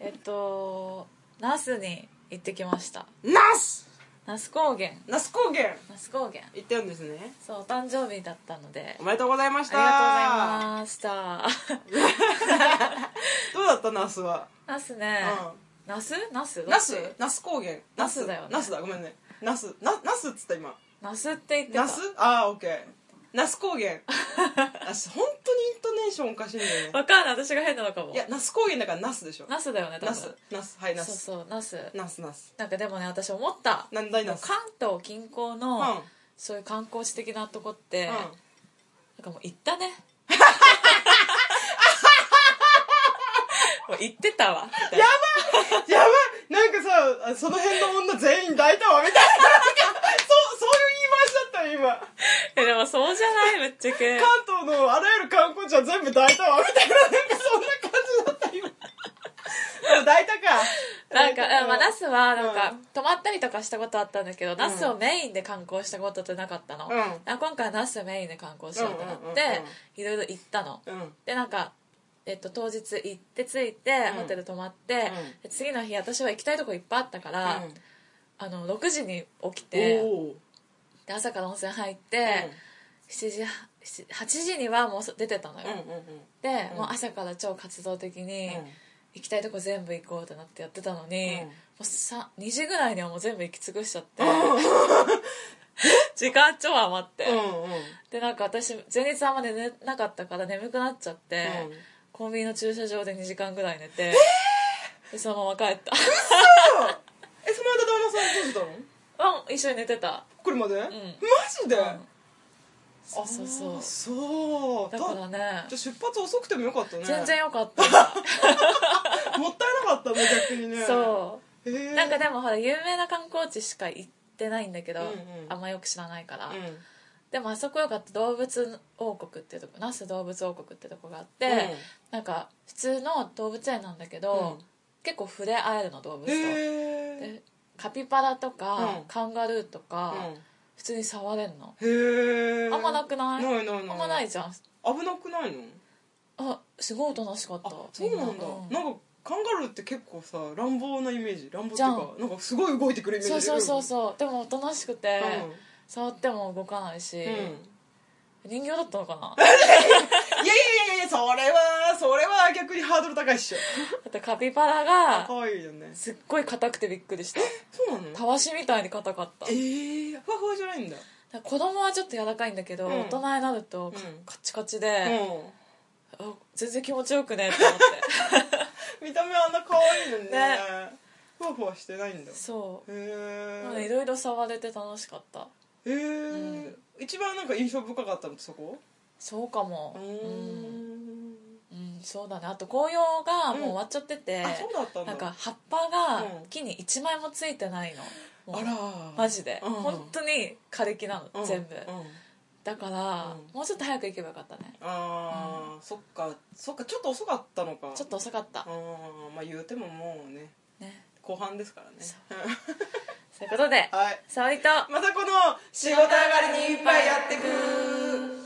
那須に行ってきました。 那須高原行ってるんですね。 そう、誕生日だったのでおめでとうございました。 ありがとうございましたどうだった那須は。 那須ね、那須高原那須だよね。 那須だ、ごめんね。那須っつった今。 那須って言ってた。 那須、あーオッケー。那須高原私本当にイントネーションおかしいんだよね。 わかんない、私が変なのかも。 いや、那須高原だから那須でしょ。 那須だよね、多分。 那須、はい、那須。 そう那須。 なんかでもね、私思った。 なんだい那須。 関東近郊の、そういう観光地的なとこって、なんかもう行ったね。もう行ってたわ。 やばいなんかさ、その辺の女全員抱いたわみたいな。そういう言い回しだったよ今。 でもそうじゃない、ぶっちゃけ。 関東のあらゆる観光地は全部抱いたわみたいな、なんかそんな感じだった今。抱いたか。 なんか、那須はなんか、泊まったりとかしたことあったんだけど、那須をメインで観光したことってなかったの。今回は那須メインで観光しようってなって、いろいろ行ったの。で、なんか、当日行って着いて、ホテル泊まって、次の日私は行きたいとこいっぱいあったから、6時に起きて、で朝から温泉入って、8時にはもう出てたのよ。で、もう朝から超活動的に、行きたいとこ全部行こうってなってやってたのに、もう2時ぐらいにはもう全部行き尽くしちゃって、時間超余って、でなんか私前日あんま寝なかったから眠くなっちゃって、コンビニの駐車場で2時間ぐらい寝て、でそのまま帰った。 その間旦那さんどうしてたの？ 一緒に寝てた。 車で？マジで？ そうだからね、 じゃ出発遅くてもよかったね。 全然よかった。 もったいなかったね、逆にね。 そうなんかでもほら有名な観光地しか行ってないんだけど、あんまよく知らないから、でもあそこよかった。動物王国っていうとこ、那須動物王国ってとこがあって、なんか普通の動物園なんだけど、結構触れ合えるの、動物と。でカピバラとか、カンガルーとか、普通に触れんの。あんまなくない？ないあんまないじゃん。 危なくないの？ すごいおとなしかった。 そうなんだ。なんかカンガルーって結構さ乱暴なイメージ。乱暴っていうかなんかすごい動いてくるイメージ。 そうでもおとなしくて、触っても動かないし、人形だったのかな。 いやそれは逆にハードル高いっしょ。 だってカピバラが可愛いよね。すっごい硬くてびっくりした。 そうなの？ たわしみたいに硬かった。 ふわふわじゃないんだ。 子供はちょっと柔らかいんだけど、大人になるとカチカチで、全然気持ちよくねって思って。 見た目あんな可愛いのにね。ふわふわしてないんだ。 そういろいろ触れて楽しかった。 一番なんか印象深かったのってそこ？ そうかも。そうだね。あと紅葉がもう終わっちゃってて、なんか葉っぱが木に1枚もついてないの。あらマジで、本当に枯れ木なの、全部。だから、もうちょっと早く行けばよかったね。 そっかちょっと遅かったのか。 ちょっと遅かった。 まあ言うてももうね後半ですからね。 そういうことで、沙織とまたこの仕事上がりにいっぱいやってく。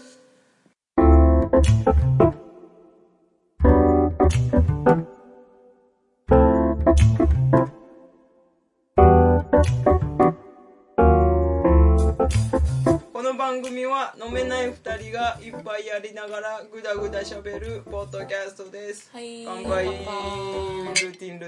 この番組は飲めない2人がいっぱいやりながらぐだぐだしゃべるポッドキャストです。乾杯。ルーティン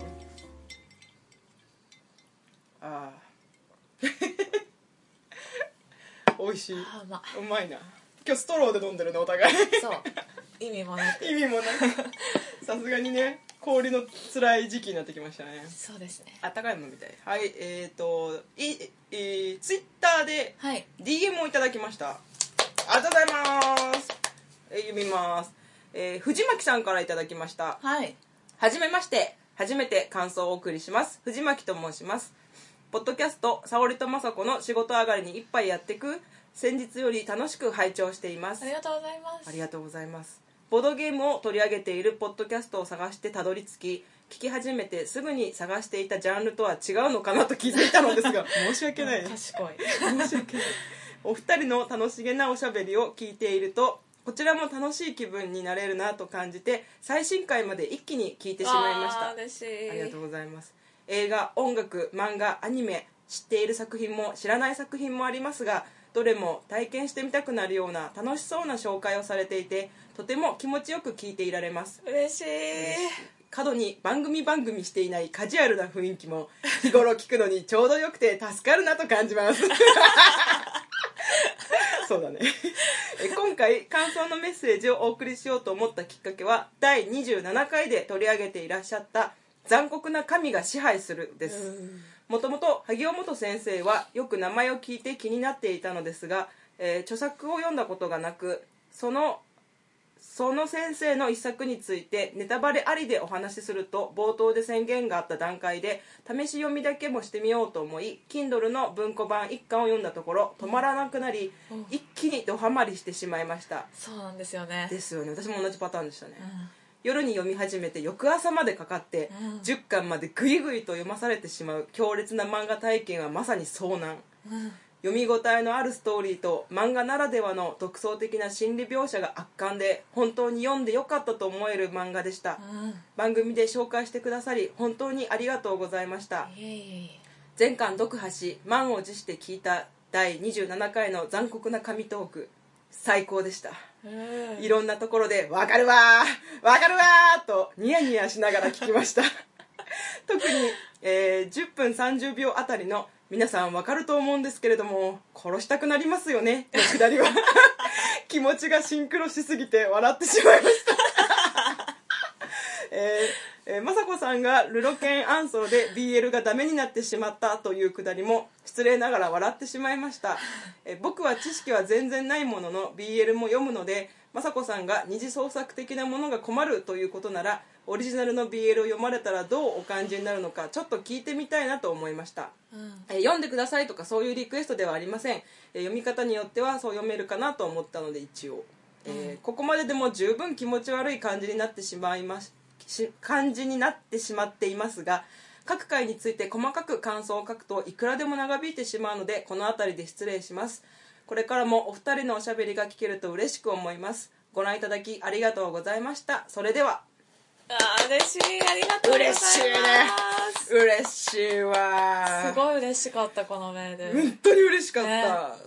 美味しい。うまいな。今日ストローで飲んでるねお互い。 そう意味もなくさすがにね氷の辛い時期になってきましたね。 そうですね。 あったかいのみたい。はい。ツイッターで DM をいただきました。ありがとうございます。読みます。藤巻さんからいただきました。はじめまして。初めて感想をお送りします。藤巻と申します。ポッドキャスト沙織と雅子の仕事上がりに一杯やってく、先日より楽しく拝聴しています。 ありがとうございます。 ありがとうございます。ボードゲームを取り上げているポッドキャストを探してたどり着き、聞き始めてすぐに探していたジャンルとは違うのかなと気づいたのですが申し訳ない。 賢い。 申し訳ない。お二人の楽しげなおしゃべりを聞いていると、 こちらも楽しい気分になれるなと感じて最新回まで一気に聞いてしまいました。 嬉しい。 ありがとうございます。映画、音楽、漫画、アニメ、知っている作品も知らない作品もありますが、どれも体験してみたくなるような楽しそうな紹介をされていて、とても気持ちよく聞いていられます。 嬉しい。 過度に番組していないカジュアルな雰囲気も日頃聞くのにちょうどよくて助かるなと感じますそうだね今回感想のメッセージをお送りしようと思ったきっかけは第27回で取り上げていらっしゃった残酷な神が支配するです。もともと萩尾元先生はよく名前を聞いて気になっていたのですが、著作を読んだことがなく、その先生の一作についてネタバレありでお話しすると冒頭で宣言があった段階で試し読みだけもしてみようと思い Kindle の文庫版1巻を読んだところ止まらなくなり、一気にドハマりしてしまいました。 そうなんですよね。 ですよね。私も同じパターンでしたね、夜に読み始めて翌朝までかかって、10巻までグイグイと読まされてしまう強烈な漫画体験はまさに遭難、読み応えのあるストーリーと漫画ならではの独創的な心理描写が圧巻で本当に読んでよかったと思える漫画でした、番組で紹介してくださり本当にありがとうございました。全巻読破し満を持して聞いた第27回の残酷な神トーク最高でした。いろんなところでわかるわーわかるわーとニヤニヤしながら聞きました特に、10分30秒あたりの皆さんわかると思うんですけれども殺したくなりますよねのくだりは気持ちがシンクロしすぎて笑ってしまいました雅子さんがルロケン暗奏で BL がダメになってしまったというくだりも失礼ながら笑ってしまいました。僕は知識は全然ないものの BL も読むので雅子さんが二次創作的なものが困るということならオリジナルの BL を読まれたらどうお感じになるのかちょっと聞いてみたいなと思いました、読んでくださいとかそういうリクエストではありません。読み方によってはそう読めるかなと思ったので一応、ここまででも十分気持ち悪い感じになってしまっていますが各回について細かく感想を書くといくらでも長引いてしまうのでこの辺りで失礼します。これからもお二人のおしゃべりが聞けると嬉しく思います。ご覧いただきありがとうございました。それでは。 嬉しい。ありがとうございます。 嬉しいわ。 すごい嬉しかったこのメール。 本当に嬉しかった、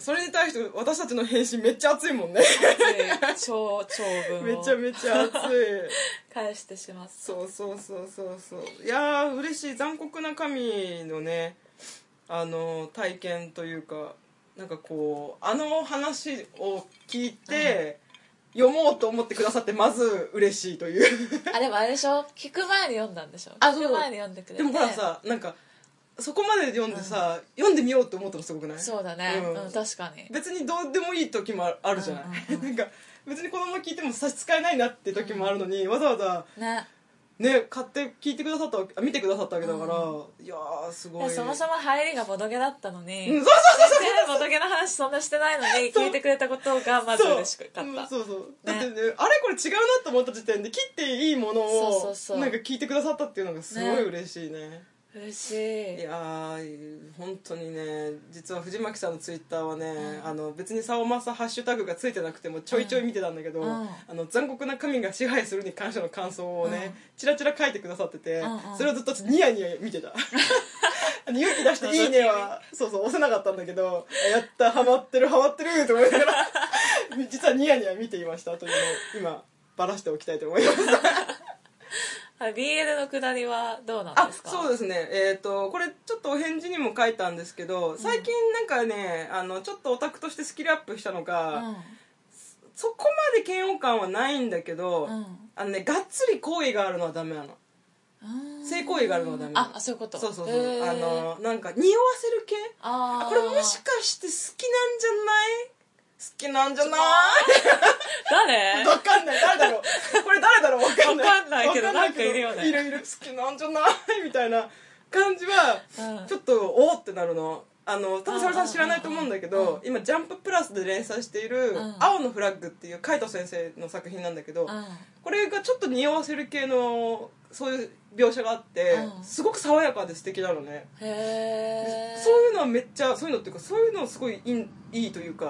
それに対して私たちの返信めっちゃ熱いもんね。 熱い長文をめちゃめちゃ熱い返してしまった。 そういやー嬉しい。残酷な神のね体験というかなんかこう話を聞いて、読もうと思ってくださってまず嬉しいというでもあれでしょ聞く前に読んだんでしょ。聞く前に読んでくれて。 でもほらさなんかそこまで読んでさ、読んでみようと思ったのすごくない？ そうだね、確かに別にどうでもいい時もあるじゃない、なんか別にこのまま聞いても差し支えないなって時もあるのに、わざわざね買って聞いてくださった見てくださったわけだから、いやーすごい。 そもそも入りがボドゲだったのに、 そうボドゲの話そんなしてないのに聞いてくれたことがまず嬉しかった。 そうだってね、あれこれ違うなと思った時点で切っていいものをなんか聞いてくださったっていうのがすごい嬉しいね。 嬉しい。 いやー本当にね、実は藤巻さんのツイッターはね、別にサオマサハッシュタグがついてなくてもちょいちょい見てたんだけど、残酷な神が支配するに関しての感想をね、チラチラ書いてくださってて、それをずっとニヤニヤ見てた勇気出していいねは押せなかったんだけど、やったハマってると思いながら実はニヤニヤ見ていましたというのを今バラしておきたいと思います BL のくだりはどうなんですか？ そうですね、これちょっとお返事にも書いたんですけど、最近なんかねちょっとオタクとしてスキルアップしたのが、そこまで嫌悪感はないんだけど、がっつり好意があるのはダメなの。性行為があるのはダメなの。 そういうこと。 そうなんか匂わせる系、これもしかして好きなんじゃない誰？ 分かんない。誰だろうこれ誰だろう分かんない。 分かんないけどなんかいるよね。 いる好きなんじゃないみたいな感じはちょっとおーってなるの。多分それさん知らないと思うんだけど、今ジャンププラスで連載している「青のフラッグ」っていう海斗先生の作品なんだけど、これがちょっと匂わせる系のそういう描写があって、すごく爽やかで素敵なのね。そういうのはめっちゃ、そういうのっていうかそういうのすごいいいというか好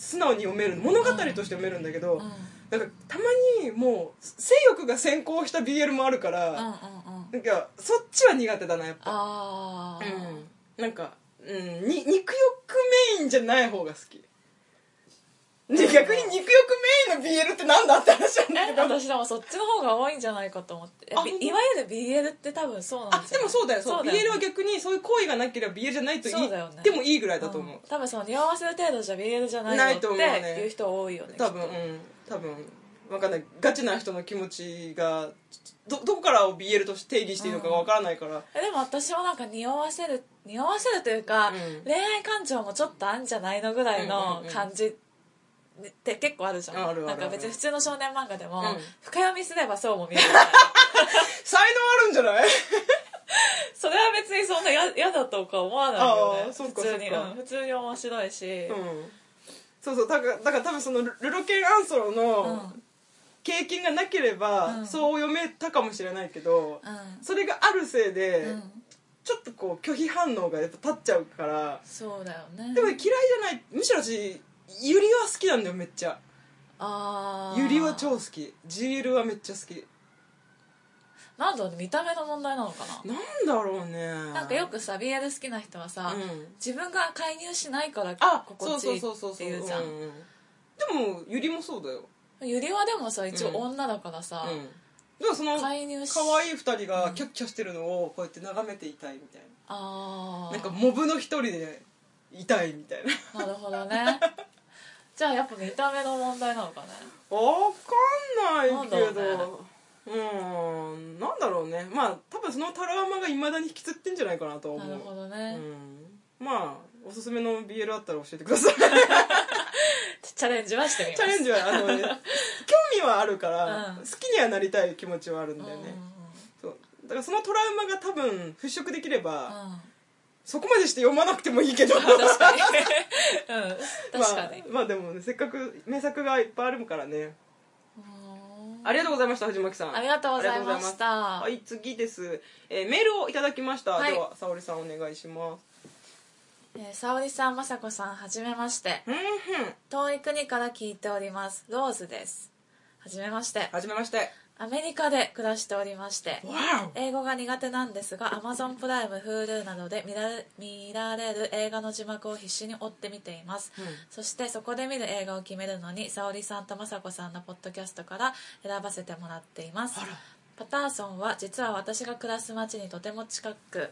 素直に読める、物語として読めるんだけど、なんかたまにもう性欲が先行した BL もあるから、なんかそっちは苦手だなやっぱ。なんか、肉欲メインじゃない方が好きで、逆に肉欲メインの BL ってなんだって話なんだけど、 私でもそっちの方が多いんじゃないかと思って。いわゆる BL って多分そうなんですよ。 でもそうだよ、そう BL は逆にそういう行為がなければ BL じゃないと言ってもいいぐらいだと思う。 多分その匂わせる程度じゃ BL じゃないのっていう人多いよね。 多分分かんない、ガチな人の気持ちがどこからを BL として定義していいのか分からないから、 でも私はなんか匂わせるというか、恋愛感情もちょっとあんじゃないのぐらいの感じって結構あるじゃん。なんか別に普通の少年漫画でも、深読みすればそうも見える才能あるんじゃないそれは別にそんな嫌だとか思わないよね。普通に面白いし、 そうだから多分そのルロケン・アンソロの経験がなければそう読めたかもしれないけど、それがあるせいでちょっとこう拒否反応がやっぱ立っちゃうから。 そうだよね。 でも嫌いじゃない、むしろ私ユリは好きなんだよ、めっちゃ。ユリは超好き、 GL はめっちゃ好き。 なんだろうね、見た目の問題なのかな。 なんだろうね。 なんかよくさ BL 好きな人はさ、自分が介入しないから心地いいって言うじゃん。 でもユリもそうだよ。 ユリはでもさ一応女だからさ、 でもその可愛い2人がキャッキャしてるのをこうやって眺めていたいみたいな、なんかモブの一人でいたいみたいな。 なるほどね。じゃあやっぱ見た目の問題なのかね。 わかんないけど、なんだろうね。まあ多分そのトラウマがいまだに引きずってんじゃないかなと思う。 なるほどね。 まあおすすめの BL あったら教えてください。 チャレンジはしてみます。 チャレンジは興味はあるから、好きにはなりたい気持ちはあるんだよね。そうだからそのトラウマが多分払拭できれば、そこまでして読まなくてもいいけど。 確かに。確かに。 まあでもね、せっかく名作がいっぱいあるからね。ありがとうございました、藤巻さん。 ありがとうございました。 はい、次です。メールをいただきました。では沙織さんお願いします。 沙織さん、雅子さん、はじめまして。遠い国から聞いております。ローズです。はじめまして。 はじめまして。 アメリカで暮らしておりまして、英語が苦手なんですが Amazon プライム、Hulu などで見られる映画の字幕を必死に追って見ています、そしてそこで見る映画を決めるのに沙織さんと雅子さんのポッドキャストから選ばせてもらっています。パターソンは実は私が暮らす町にとても近く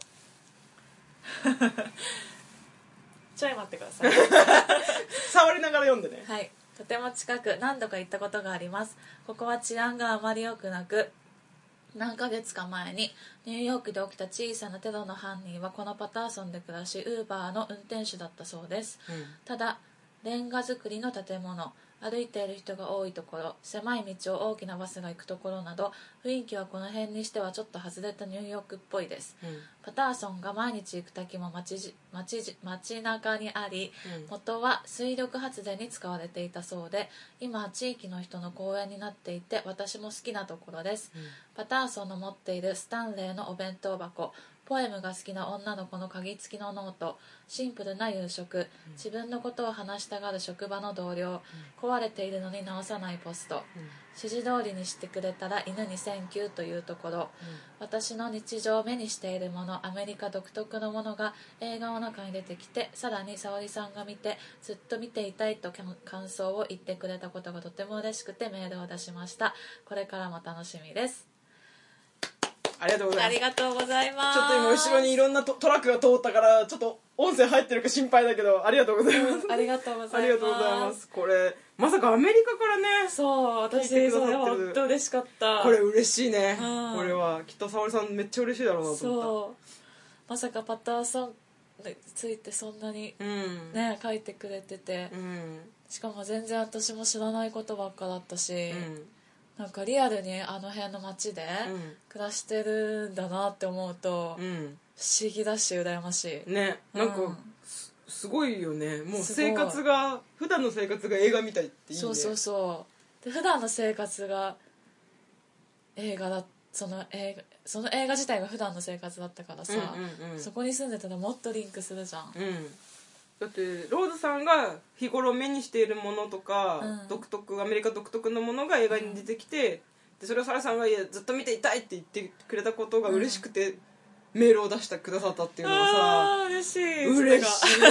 ちょい待ってください。 触りながら読んでね。 はい、とても近く何度か行ったことがあります。ここは治安があまり良くなく、何ヶ月か前にニューヨークで起きた小さなテロの犯人はこのパターソンで暮らし、ウーバーの運転手だったそうです、ただレンガ造りの建物、歩いている人が多いところ、狭い道を大きなバスが行くところなど、雰囲気はこの辺にしてはちょっと外れたニューヨークっぽいです、パターソンが毎日行く滝も街中にあり、元は水力発電に使われていたそうで、今は地域の人の公園になっていて私も好きなところです、パターソンの持っているスタンレーのお弁当箱、ポエムが好きな女の子の鍵付きのノート、シンプルな夕食、自分のことを話したがる職場の同僚、壊れているのに直さないポスト、指示通りにしてくれたら犬にセンキューというところ、私の日常を目にしているもの、アメリカ独特のものが映画の中に出てきて、さらに沙織さんが見てずっと見ていたいと感想を言ってくれたことがとても嬉しくてメールを出しました。これからも楽しみです。 ありがとうございます。 ありがとうございます。 ちょっと今後ろにいろんなトラックが通ったからちょっと音声入ってるか心配だけど、ありがとうございます。 ありがとうございます。 ありがとうございます。これまさかアメリカからね。 そう、私それ本当嬉しかった。 これ嬉しいね、これはきっと沙織さんめっちゃ嬉しいだろうなと思った。 そう、まさかパターソンについてそんなにね、書いてくれてて、しかも全然私も知らないことばっかだったし、なんかリアルにあの辺の街で暮らしてるんだなって思うと、不思議だし羨ましいね。なんか、すごいよね。もう生活が普段の生活が映画みたいっていいね。 そうで普段の生活が映画だ、その映画自体が普段の生活だったからさ、そこに住んでたらもっとリンクするじゃん。 だってローズさんが日頃目にしているものとか、アメリカ独特のものが映画に出てきて、でそれをサラさんがずっと見ていたいって言ってくれたことが嬉しくて、メールを出してくださったっていうのがさ、 嬉しい嬉しい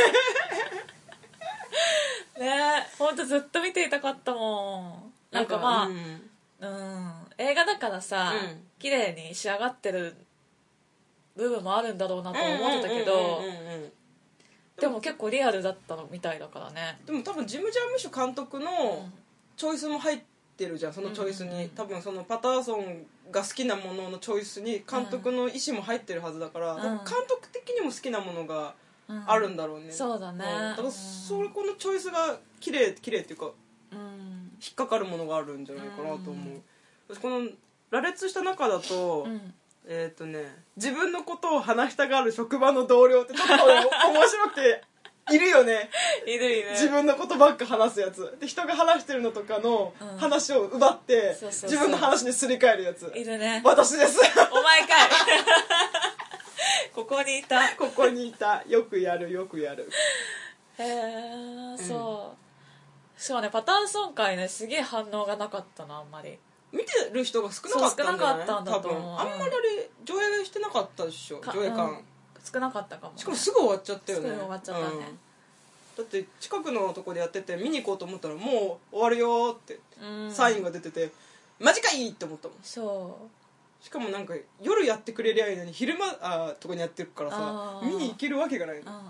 ね。ほんとずっと見ていたかったもん。なんかまあ、映画だからさ、綺麗に仕上がってる部分もあるんだろうなと思ってたけど、でも結構リアルだったのみたいだからね。 でも多分ジム・ジャームッシュ監督のチョイスも入ってるじゃん、そのチョイスに、多分そのパターソンが好きなもののチョイスに監督の意思も入ってるはずだから、監督的にも好きなものがあるんだろうね、 そうだね。 だからこのチョイスが綺麗っていうか、引っかかるものがあるんじゃないかなと思う。この羅列した中だと、自分のことを話したがる職場の同僚ってちょっと面白くているよね。 いる自分のことばっか話すやつで、人が話してるのとかの話を奪って、自分の話にすり替えるやついるね。 私です。 お前かいここにいたよくやるへえ、そうしかもね、パターソン会ね、すげえ反応がなかったな。あんまり見てる人が少なかったんじゃない？ 少なかったんだと思う。 多分あんまりあれ上映してなかったでしょ、上映館、 少なかったかも、ね、 しかもすぐ終わっちゃったよね。 すぐ終わっちゃったね、 だって近くのとこでやってて見に行こうと思ったらもう終わるよってサインが出てて、マジかいいって思ったもん。 そうしかもなんか夜やってくれりゃいいのに昼間とかにやってるからさ、見に行けるわけがないの。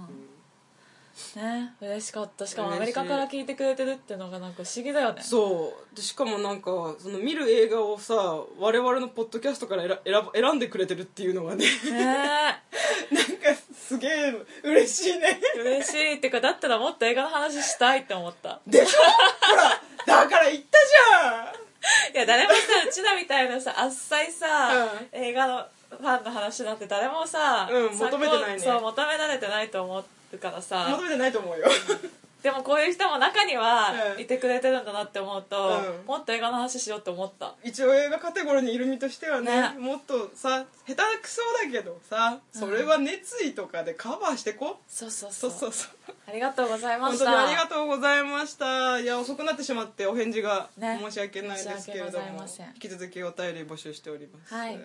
ね、嬉しかった。しかもアメリカから聞いてくれてるっていうのがなんか不思議だよね。 そうで、しかもなんかその見る映画をさ、我々のポッドキャストから選んでくれてるっていうのがねなんかすげえ嬉しいね。 嬉しいってか、だったらもっと映画の話したいって思ったでしょほらだから言ったじゃん。 いや誰もさ、うちらみたいなさ、あっさいさ、映画のファンの話なんて誰もさ、 求めてないね。 そう、求められてないと思うからさ。 求めてないと思うよでもこういう人も中にはいてくれてるんだなって思うと、もっと映画の話しようって思った。 一応映画カテゴリーにいる身としては ねもっとさ、下手くそだけどさ、それは熱意とかでカバーしてこ。 そうありがとうございました。 本当にありがとうございました。いや遅くなってしまってお返事が申し訳ないですけれども、引き続きお便り募集しております。はい、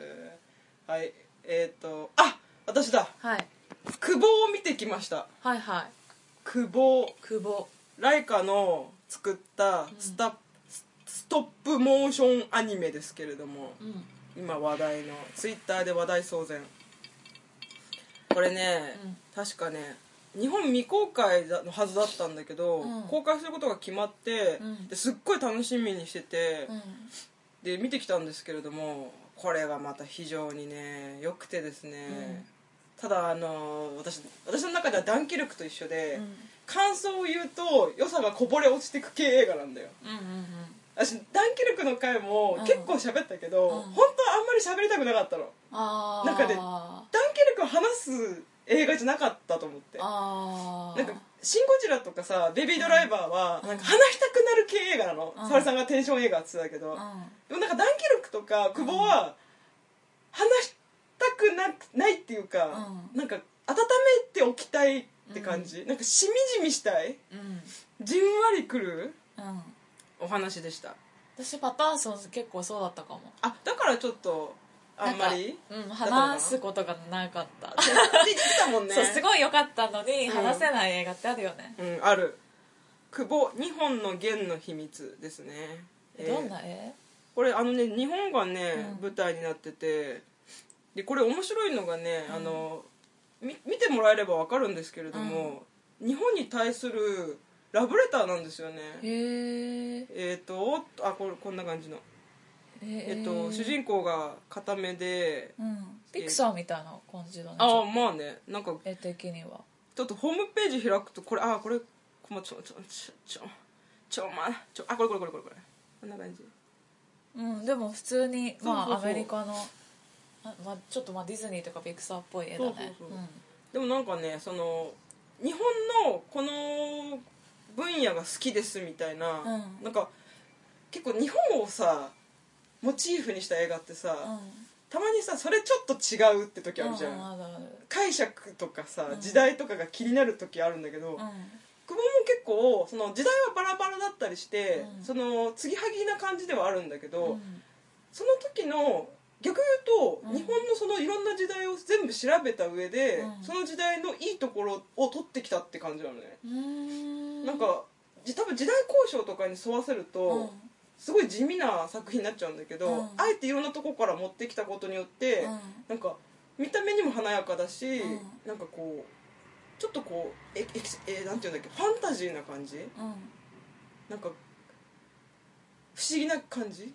私だ。久保を見てきました。久保ライカの作ったストップモーションアニメですけれども、今話題のツイッターで話題騒然。これね、確かね日本未公開のはずだったんだけど、公開することが決まって、ですっごい楽しみにしてて、で見てきたんですけれども、これがまた非常にね良くてですね、ただ私の中ではダンキルクと一緒で、感想を言うと良さがこぼれ落ちていく系映画なんだよ。私ダンキルクの回も結構喋ったけど、本当はあんまり喋りたくなかったの。なんかね、ダンキルクを話す映画じゃなかったと思って。なんかシン・ゴジラとかさ、ベビードライバーはなんか話したくなる系映画なの。沙織さんがテンション映画って言ってたけど、でもなんかダンキルクとか久保は話したくないっていうか、なんか温めておきたいって感じ、なんかしみじみしたい、じんわりくる、お話でした。 私パターソン結構そうだったかも。 だからちょっとあんまり話すことがなかったって言ってたもんね。 そう、すごい良かったのに話せない映画ってあるよね。 ある。久保2本の弦の秘密ですね。 どんな絵？ これ日本がね、舞台になってて、でこれ面白いのがね、見てもらえれば分かるんですけれども、日本に対するラブレターなんですよね。こんな感じの、主人公が固めで、 ピクサーみたいな感じだね。 まあね、なんか絵的にはちょっとホームページ開くとこれこれこんな感じ。 でも普通にアメリカのちょっとディズニーとかピクサーっぽい絵だね。 でもなんかね、その日本のこの分野が好きですみたいな、なんか結構日本をさモチーフにした映画ってさ、 たまにさそれちょっと違うって時あるじゃん、解釈とかさ、時代とかが気になる時あるんだけど、久保も結構その時代はバラバラだったりして、その継ぎはぎな感じではあるんだけど、その時の逆言うと、日本のそのいろんな時代を全部調べた上で、その時代のいいところを取ってきたって感じなのね。なんか多分時代交渉とかに沿わせると、すごい地味な作品になっちゃうんだけど、あえていろんなとこから持ってきたことによって、なんか見た目にも華やかだし、なんかこうちょっとこうなんていうんだっけ、ファンタジーな感じ、なんか不思議な感じ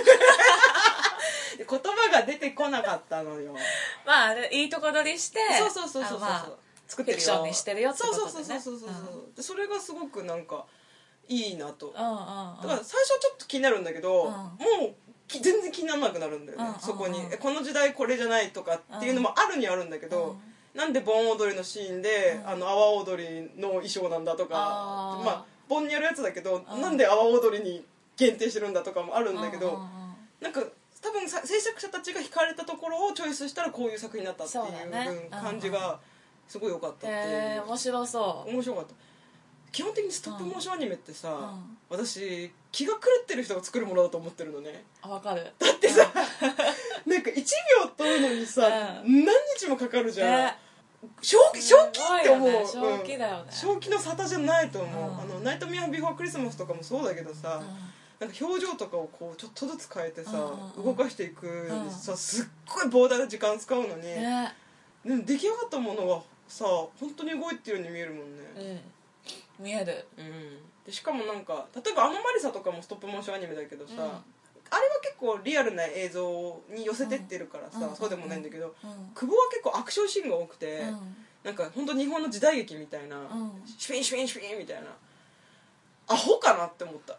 言葉が出てこなかったのよ。 まあいいとこ取りして、 そう作ってるよ、フィクションにしてるよってことでね。 それがすごくなんかいいなと。だから最初はちょっと気になるんだけど、もう全然気にならなくなるんだよね、そこにこの時代これじゃないとかっていうのもあるにはあるんだけど、なんで盆踊りのシーンで阿波踊りの衣装なんだとか、まあ盆にやるやつだけど、なんで阿波踊りに限定してるんだとかもあるんだけど、なんか多分制作者たちが惹かれたところをチョイスしたらこういう作品になったっていう感じがすごい良かったっていう。 面白そう。 面白かった。基本的にストップモーションアニメってさ、私気が狂ってる人が作るものだと思ってるのね。 わかる。 だってさなんか1秒撮るのにさ、何日もかかるじゃん、正気って思う、 正気だよね、 正気の沙汰じゃないと思う、ナイトメアビフォークリスマスとかもそうだけどさ、なんか表情とかをこうちょっとずつ変えてさ、動かしていくのにさ、すっごい膨大な時間使うのに、でも出来上がったものはさ本当に動いてるように見えるもんね。 見える。 でしかもなんか例えばアノマリサとかもストップモーションアニメだけどさ、あれは結構リアルな映像に寄せてってるからさ、そうでもないんだけど、久保は結構アクションシーンが多くて、なんか本当日本の時代劇みたいな、シュインシュインシュインみたいな、アホかなって思った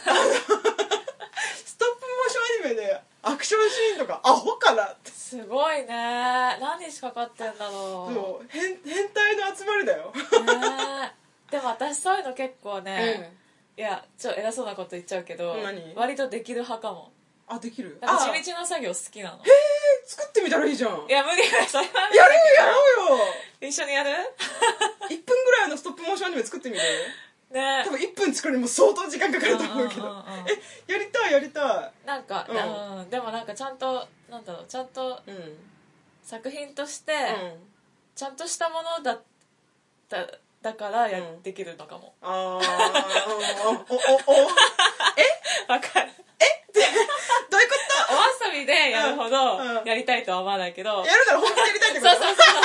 ストップモーションアニメでアクションシーンとかアホかなって。 すごいね。何日かかってんだろう。 そう、変態の集まりだよでも私そういうの結構ね、いやちょっと偉そうなこと言っちゃうけど、割とできる派かも。 あ、できる。 なんか地道な作業好きなの。 作ってみたらいいじゃん。 いや無理だよ、それは無理。 やろうよ一緒にやる 1分ぐらいのストップモーションアニメ作ってみるね。多分1分作るにも相当時間かかると思うけど、やりたいなんか、でもなんかちゃんとなんだろう、ちゃんと作品としてちゃんとしたものだからできるのかも。わかる。 どういうこと？ お遊びでやるほどやりたいとは思わないけど、やるなら本当にやりたいってこと？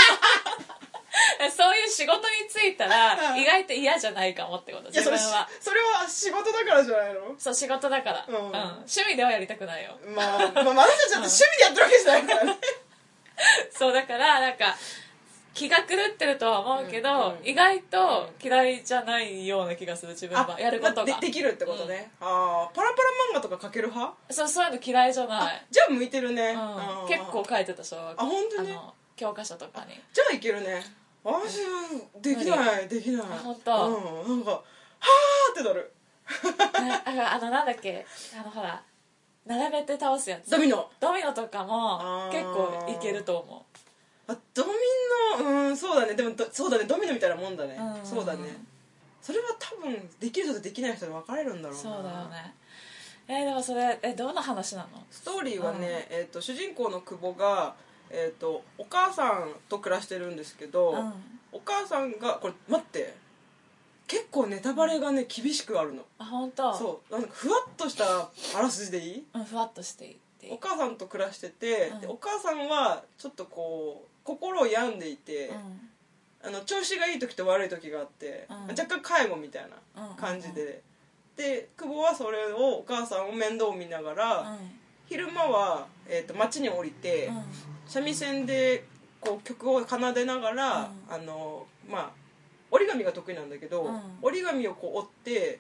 そういう仕事に就いたら意外と嫌じゃないかもってこと。自分はそれは仕事だからじゃないの？ そう、仕事だから、趣味ではやりたくないよ。 まあ私たちだって趣味でやってるわけじゃないからねそうだからなんか気が狂ってるとは思うけど、意外と嫌いじゃないような気がする、自分はやることができるってことね。パラパラ漫画とか描ける派？ そういうの嫌いじゃない。 じゃあ向いてるね。 結構書いてた小学校。 本当に？ 教科書とかに。 じゃあいけるね。私できない本当。 なんかはーってなるなんだっけ、ほら並べて倒すやつ、 ドミノとかも結構いけると思う。 ドミノ、そうだね。でもそうだね、ドミノみたいなもんだね。そうだね。それは多分できる人とできない人で分かれるんだろうな。 そうだよね。でもそれどんな話なの？ ストーリーはね、主人公の久保がお母さんと暮らしてるんですけど、お母さんがこれ待って、結構ネタバレがね厳しくあるの。 本当？ そうなんかふわっとしたあらすじでいい？ ふわっとしていい。 お母さんと暮らしてて、でお母さんはちょっとこう心を病んでいて、調子がいい時と悪い時があって、若干介護みたいな感じで、で久保はそれをお母さんを面倒見ながら、昼間は、町に降りて、三味線でこう曲を奏でながら、折り紙が得意なんだけど、折り紙をこう折って、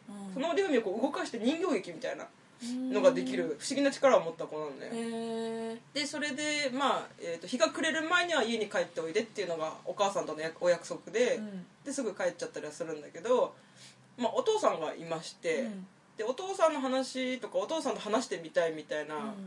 その折り紙をこう動かして人形劇みたいなのができる不思議な力を持った子なのね。でそれで、日が暮れる前には家に帰っておいでっていうのがお母さんとのお約束で、ですぐ帰っちゃったりはするんだけど、お父さんがいまして、でお父さんの話とかお父さんと話してみたいみたいな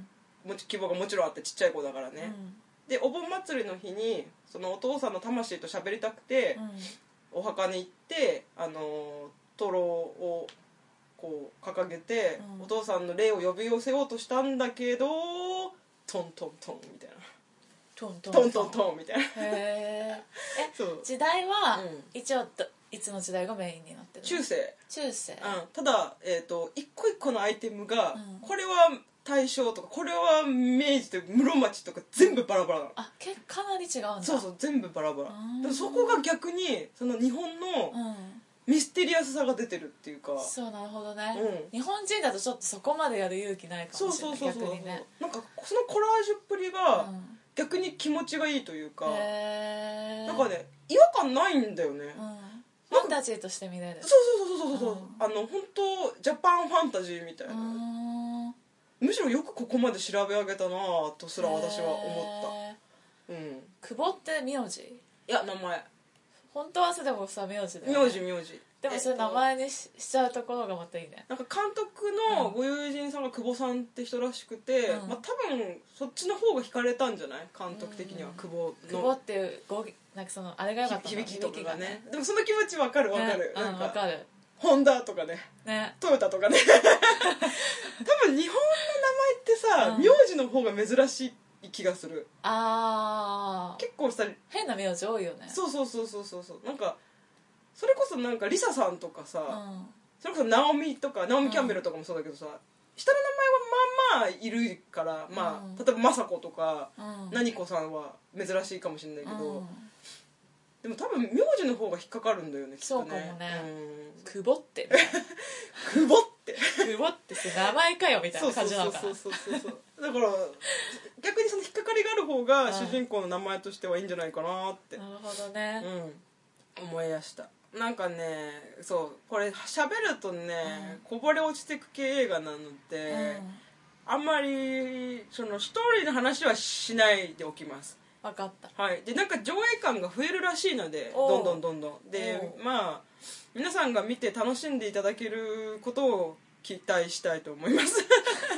希望がもちろんあって、ちっちゃい子だからね、でお盆祭りの日にそのお父さんの魂と喋りたくて、お墓に行って灯籠をこう掲げて、お父さんの霊を呼び寄せようとしたんだけど、トントントンみたいな、トントントンみたいな。 時代は、一応いつの時代がメインになってるの？中世、 ただ、一個一個のアイテムが、これは大正とか、これは明治とか室町とか全部バラバラなの。 かなり違うんだ。 そう全部バラバラ。そこが逆にその日本のミステリアスさが出てるっていうか。 そう、なるほどね、日本人だとちょっとそこまでやる勇気ないかもしれない。逆にね、 なんかそのコラージュっぷりが逆に気持ちがいいというか、なんかね、違和感ないんだよね。 ファンタジーとして見れる。 そう本当ジャパンファンタジーみたいな。むしろよくここまで調べ上げたなとすら私は思った。 久保って名字？いや、名前。 本当はでもさ、名字だよね。 名字でもそれ名前に しちゃうところがまたいいね。 なんか監督のご友人さんが久保さんって人らしくて、多分そっちの方が惹かれたんじゃない、監督的には。久保っていうなんかそのあれがよかったの、 響きとかがね。でもその気持ち分かる。 なんか分かる。 ホンダとかね、トヨタとかね。多分日本の名前ってさ、名字の方が珍しい気がする。結構さ、 変な名字多いよね。 そうなんかそれこそなんかリサさんとかさ、それこそナオミとか、ナオミキャンベルとかもそうだけどさ、下の名前はまあまあいるから、例えば雅子とか何子さんは珍しいかもしれないけど、でも多分名字の方が引っかかるんだよね、きっとね。 そうかもね。久保って久保って名前かよみたいな感じなのかな。 そうだから逆にその引っかかりがある方が主人公の名前としてはいいんじゃないかなって。 なるほどね。 思い出した。なんかね、これ喋るとね、こぼれ落ちてく系映画なので、あんまりそのストーリーの話はしないでおきます。 分かった。 でなんか上映感が増えるらしいので、どんどんで、皆さんが見て楽しんでいただけることを期待したいと思います。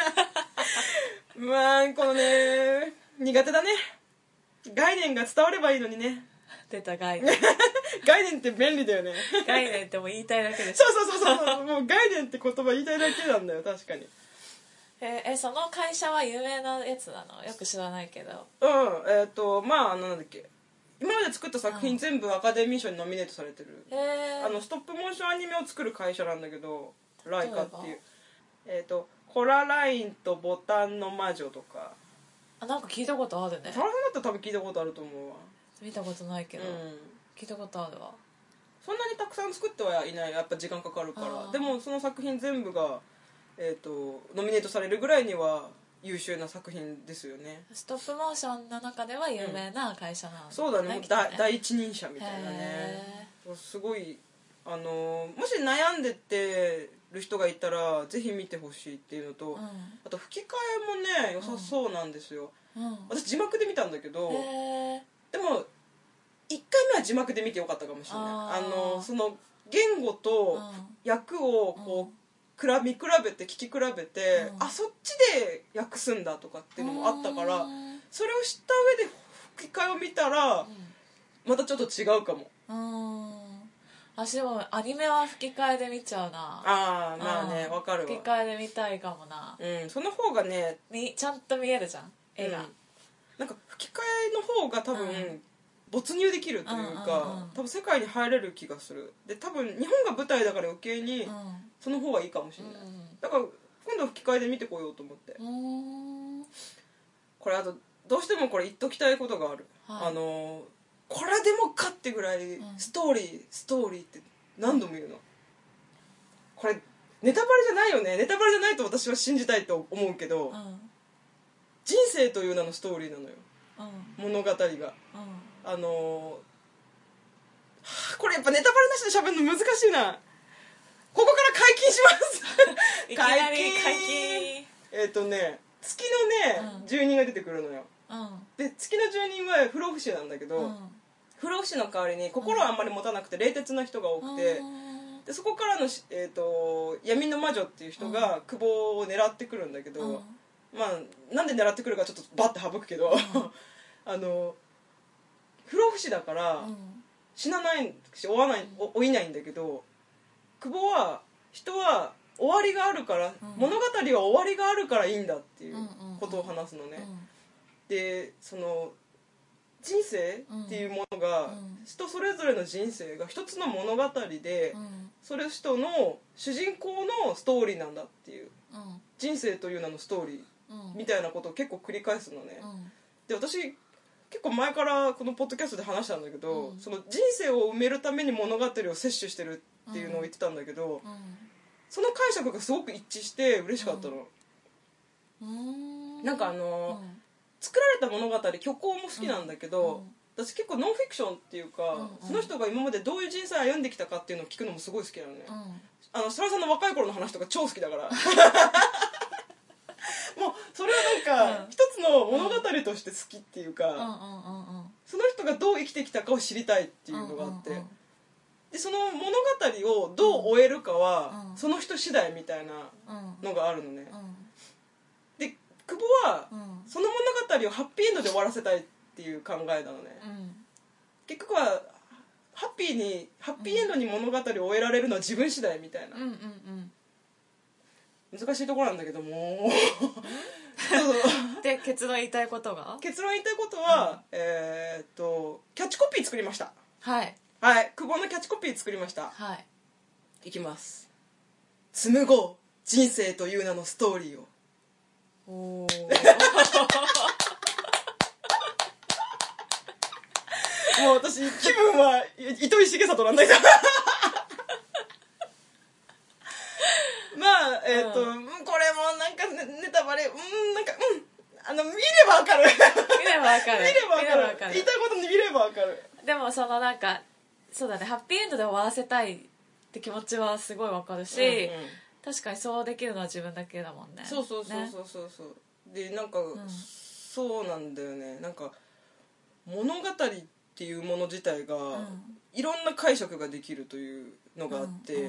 このね、苦手だね。概念が伝わればいいのにね。 出た概念。 概念って便利だよね。 概念ってもう言いたいだけでしょ。 そうもう概念って言葉言いたいだけなんだよ、確かに。 その会社は有名なやつなの？よく知らないけど。 なんだっけ、今まで作った作品全部アカデミー賞にノミネートされてる。ストップモーションアニメを作る会社なんだけど、ライカっていう。コララインとボタンの魔女とか。 なんか聞いたことあるね。 田中さんだったら多分聞いたことあると思うわ。 見たことないけど、聞いたことあるわ。 そんなにたくさん作ってはいない、やっぱ時間かかるから。でもその作品全部がノミネートされるぐらいには優秀な作品ですよね。 ストップモーションの中では有名な会社なんだね。 そうだね、第一人者みたいなね。すごいもし悩んでてる人がいたらぜひ見てほしいっていうのと、あと吹き替えもね良さそうなんですよ。私字幕で見たんだけど、でも1回目は字幕で見てよかったかもしれない。その言語と役をこう見比べて聞き比べて、そっちで訳すんだとかっていうのもあったから、それを知った上で吹き替えを見たらまたちょっと違うかも。 私でもアニメは吹き替えで見ちゃうな。 わかるわ。 吹き替えで見たいかもな。 その方がねちゃんと見えるじゃん、絵が。 なんか吹き替えの方が多分没入できるというか、多分世界に入れる気がする。で多分日本が舞台だから余計にその方がいいかもしれない。だから今度吹き替えで見てこようと思って。これあとどうしてもこれ言っときたいことがある。これでもかってぐらいストーリーって何度も言うの。これネタバレじゃないよね。ネタバレじゃないと私は信じたいと思うけど、人生という名のストーリーなのよ、物語が。これやっぱネタバレなしで喋るの難しいな。ここから解禁します解禁。月のね住人が出てくるのよ。で月の住人は不老不死なんだけど、不老不死の代わりに心をあんまり持たなくて冷徹な人が多くて、でそこからの、闇の魔女っていう人が久保を狙ってくるんだけど、 まあなんで狙ってくるかちょっとバッて省くけど、不老不死だから、死なないし老いないんだけど、久保は人は終わりがあるから、物語は終わりがあるからいいんだっていうことを話すのね、でその人生っていうものが、人それぞれの人生が一つの物語で、それ人の主人公のストーリーなんだっていう、人生という名のストーリーみたいなことを結構繰り返すのね、で私結構前からこのポッドキャストで話したんだけど、その人生を埋めるために物語を摂取してるっていうのを言ってたんだけど、その解釈がすごく一致して嬉しかったの、なんか作られた物語、虚構も好きなんだけど、私結構ノンフィクションっていうか、その人が今までどういう人生を歩んできたかっていうのを聞くのもすごい好きなのね、設楽さんの若い頃の話とか超好きだからもうそれはなんか、一つの物語として好きっていうか、その人がどう生きてきたかを知りたいっていうのがあって、でその物語をどう終えるかは、その人次第みたいなのがあるのね、で久保は、その物語をハッピーエンドで終わらせたいっていう考えなのね、結局はハッピーエンドに物語を終えられるのは自分次第みたいな、難しいところなんだけどもで結論言いたいことは、 キャッチコピー作りました。 はいはい、久保のキャッチコピー作りました。 はい、 いきます。紡ごう人生という名のストーリーを。おもう私気分は糸井重里なんだけどまあこれもなんかネタバレなんか見ればわかる見ればわかる言いたいことに見ればわかる。 でもそのなんかそうだね、ハッピーエンドで終わらせたいって気持ちはすごいわかるし、確かにそうできるのは自分だけだもんね。 そうでなんか、そうなんだよね、なんか物語っていうもの自体が、いろんな解釈ができるというのがあって、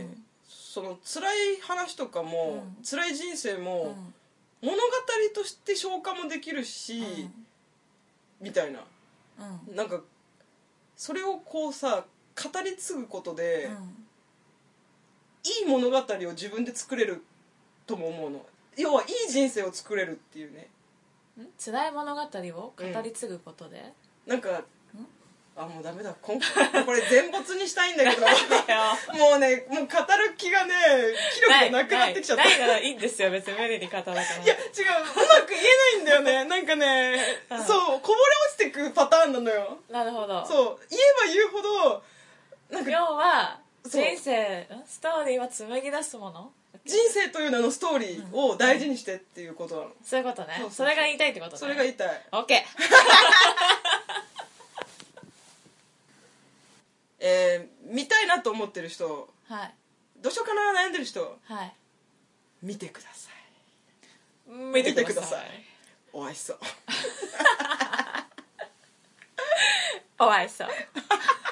その辛い話とかも、辛い人生も、物語として消化もできるし、みたいな、なんかそれをこうさ語り継ぐことで、いい物語を自分で作れるとも思うの。要はいい人生を作れるっていうね。 辛い物語を語り継ぐことで、 なんかもうダメだ、これ全没にしたいんだけどもう語る気がね、気力がなくなってきちゃった。 ないならいいんですよ、別に無理に語らなくても。 いや違う、うまく言えないんだよねなんかね、そうこぼれ落ちてくパターンなのよ。 なるほど。 そう言えば言うほどなんか要は人生ストーリーは紡ぎ出すもの、 人生という名のストーリーを大事にしてっていうことなの、 そういうことね。それが言いたいってことね。 それが言いたい。 OK 見たいなと思ってる人、 はい、 どうしようかな悩んでる人、 はい、 見てください。 見てください。 お会いしそうお会いしそう